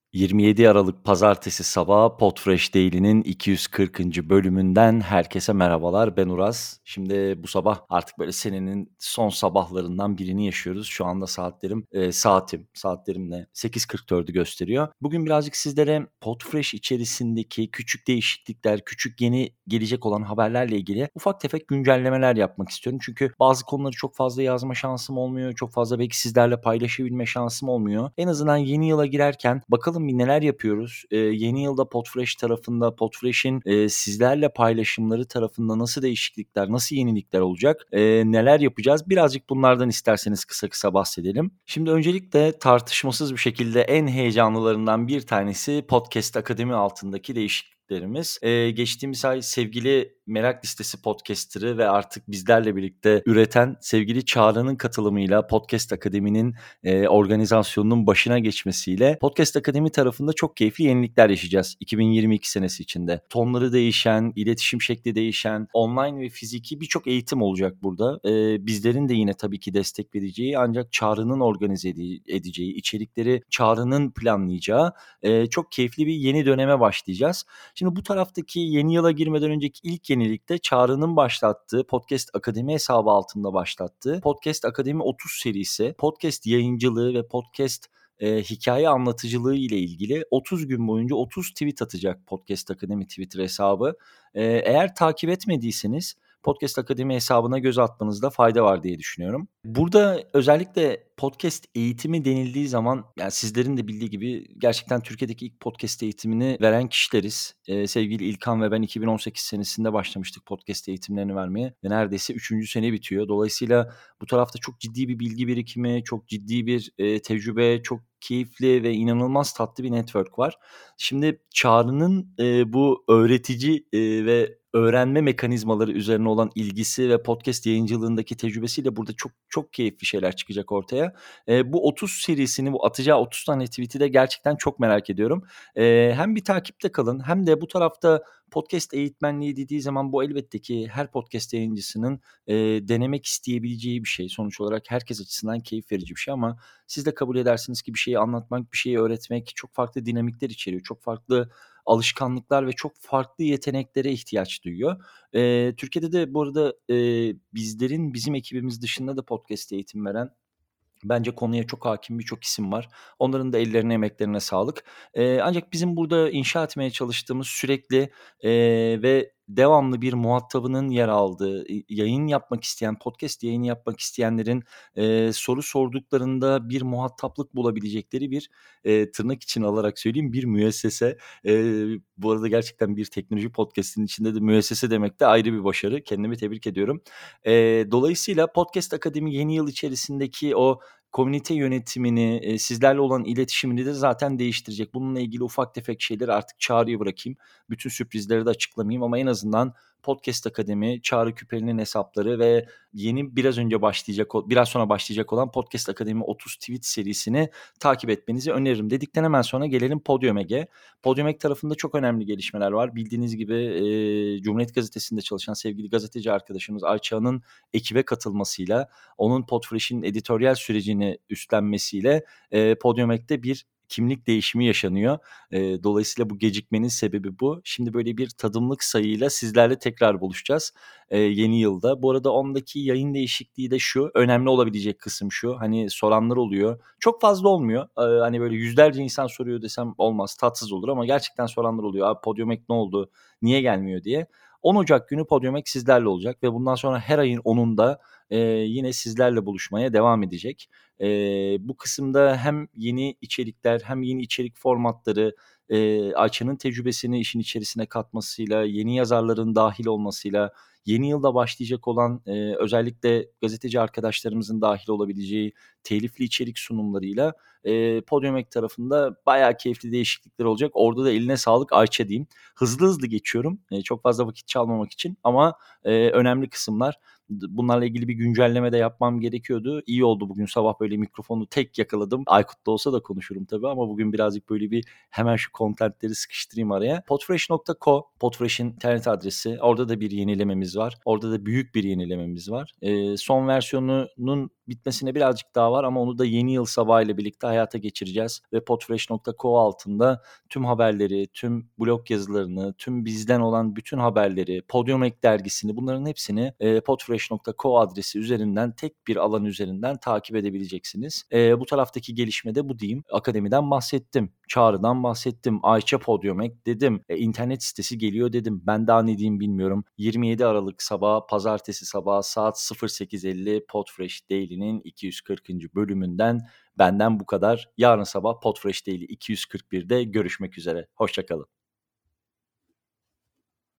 27 Aralık Pazartesi sabahı Podfresh Daily'nin 240. bölümünden herkese merhabalar. Ben Uraz. Şimdi bu sabah artık böyle senenin son sabahlarından birini yaşıyoruz. Şu anda saatlerimle 8.44'ü gösteriyor. Bugün birazcık sizlere Podfresh içerisindeki küçük değişiklikler, küçük yeni gelecek olan haberlerle ilgili ufak tefek güncellemeler yapmak istiyorum. Çünkü bazı konuları çok fazla yazma şansım olmuyor. Çok fazla belki sizlerle paylaşabilme şansım olmuyor. En azından yeni yıla girerken bakalım bir neler yapıyoruz? Yeni yılda Podfresh tarafında, Podfresh'in sizlerle paylaşımları tarafında nasıl değişiklikler, nasıl yenilikler olacak? Neler yapacağız? Birazcık bunlardan isterseniz kısa kısa bahsedelim. Şimdi öncelikle tartışmasız bir şekilde en heyecanlılarından bir tanesi Podcast Akademi altındaki değişikliklerimiz. Geçtiğimiz ay sevgili Merak Listesi podcaster'ı ve artık bizlerle birlikte üreten sevgili Çağrı'nın katılımıyla Podcast Akademi'nin organizasyonunun başına geçmesiyle Podcast Akademi tarafında çok keyifli yenilikler yaşayacağız 2022 senesi içinde. Tonları değişen, iletişim şekli değişen, online ve fiziki birçok eğitim olacak burada. Bizlerin de yine tabii ki destek vereceği ancak Çağrı'nın organize edeceği, içerikleri Çağrı'nın planlayacağı çok keyifli bir yeni döneme başlayacağız. Şimdi bu taraftaki yeni yıla girmeden önceki ilk yenilikte Çağrı'nın başlattığı Podcast Akademi hesabı altında başlattığı Podcast Akademi 30 serisi, podcast yayıncılığı ve podcast hikaye anlatıcılığı ile ilgili 30 gün boyunca 30 tweet atacak Podcast Akademi Twitter hesabı. Eğer takip etmediyseniz Podcast Akademi hesabına göz atmanızda fayda var diye düşünüyorum. Burada özellikle podcast eğitimi denildiği zaman yani sizlerin de bildiği gibi gerçekten Türkiye'deki ilk podcast eğitimini veren kişileriz. Sevgili İlkan ve ben 2018 senesinde başlamıştık podcast eğitimlerini vermeye ve neredeyse 3. sene bitiyor. Dolayısıyla bu tarafta çok ciddi bir bilgi birikimi, çok ciddi bir tecrübe, çok keyifli ve inanılmaz tatlı bir network var. Şimdi Çağrı'nın bu öğretici ve öğrenme mekanizmaları üzerine olan ilgisi ve podcast yayıncılığındaki tecrübesiyle burada çok çok keyifli şeyler çıkacak ortaya. Bu 30 serisini, bu atacağı 30 tane tweet'i de gerçekten çok merak ediyorum. Hem bir takipte kalın hem de bu tarafta podcast eğitmenliği dediği zaman bu elbette ki her podcast yayıncısının denemek isteyebileceği bir şey. Sonuç olarak herkes açısından keyif verici bir şey ama siz de kabul edersiniz ki bir şeyi anlatmak, bir şeyi öğretmek çok farklı dinamikler içeriyor. Çok farklı alışkanlıklar ve çok farklı yeteneklere ihtiyaç duyuyor. Türkiye'de de bu arada bizim ekibimiz dışında da podcast eğitim veren bence konuya çok hakim birçok isim var. Onların da ellerine, emeklerine sağlık. Ancak bizim burada inşa etmeye çalıştığımız sürekli ve devamlı bir muhatabının yer aldığı, yayın yapmak isteyen, podcast yayını yapmak isteyenlerin soru sorduklarında bir muhataplık bulabilecekleri bir tırnak içine alarak söyleyeyim bir müessese. Bu arada gerçekten bir teknoloji podcast'inin içinde de müessese demek de ayrı bir başarı. Kendimi tebrik ediyorum. Dolayısıyla Podcast Akademi yeni yıl içerisindeki o komünite yönetimini, sizlerle olan iletişimini de zaten değiştirecek. Bununla ilgili ufak tefek şeyleri artık Çağrı'ya bırakayım. Bütün sürprizleri de açıklamayayım ama en azından Podcast Akademi, Çağrı Küpeli'nin hesapları ve biraz sonra başlayacak olan Podcast Akademi 30 tweet serisini takip etmenizi öneririm. Dedikten hemen sonra gelelim Podium Ege. Podium Ege tarafında çok önemli gelişmeler var. Bildiğiniz gibi Cumhuriyet Gazetesi'nde çalışan sevgili gazeteci arkadaşımız Ayça'nın ekibe katılmasıyla, onun Podfresh'in editoryal sürecini üstlenmesiyle Podium Ege'de bir kimlik değişimi yaşanıyor. Dolayısıyla bu gecikmenin sebebi bu. Şimdi böyle bir tadımlık sayıyla sizlerle tekrar buluşacağız yeni yılda. Bu arada ondaki yayın değişikliği de şu, önemli olabilecek kısım şu. Hani soranlar oluyor. Çok fazla olmuyor. Hani böyle yüzlerce insan soruyor desem olmaz, tatsız olur ama gerçekten soranlar oluyor. Abi Podium Ege ne oldu, niye gelmiyor diye. 10 Ocak günü Podium Ege sizlerle olacak ve bundan sonra her ayın 10'unda yine sizlerle buluşmaya devam edecek. Bu kısımda hem yeni içerikler hem yeni içerik formatları, Ayça'nın tecrübesini işin içerisine katmasıyla, yeni yazarların dahil olmasıyla, yeni yılda başlayacak olan özellikle gazeteci arkadaşlarımızın dahil olabileceği telifli içerik sunumlarıyla Podium Ege tarafında bayağı keyifli değişiklikler olacak. Orada da eline sağlık Ayça diyeyim. Hızlı hızlı geçiyorum. Çok fazla vakit çalmamak için ama önemli kısımlar. Bunlarla ilgili bir güncelleme de yapmam gerekiyordu. İyi oldu bugün sabah böyle mikrofonu tek yakaladım. Aykut'ta olsa da konuşurum tabii ama bugün birazcık böyle bir hemen şu contentleri sıkıştırayım araya. Podfresh.co, Podfresh'in internet adresi. Orada da bir yenilememiz var. Orada da büyük bir yenilememiz var. Son versiyonunun bitmesine birazcık daha var ama onu da yeni yıl sabahıyla birlikte hayata geçireceğiz ve podfresh.co altında tüm haberleri, tüm blog yazılarını, tüm bizden olan bütün haberleri, Podium Ek dergisini bunların hepsini podfresh.co adresi üzerinden tek bir alan üzerinden takip edebileceksiniz. Bu taraftaki gelişme de bu diyeyim. Akademiden bahsettim, çağrıdan bahsettim, Ayça Podium Ek dedim, internet sitesi geliyor dedim. Ben daha ne diyeyim bilmiyorum. 27 Aralık sabahı, pazartesi sabahı saat 08.50 Podfresh Daily'nin 240. bölümünden benden bu kadar. Yarın sabah Podfresh Daily 241'de görüşmek üzere. Hoşça kalın.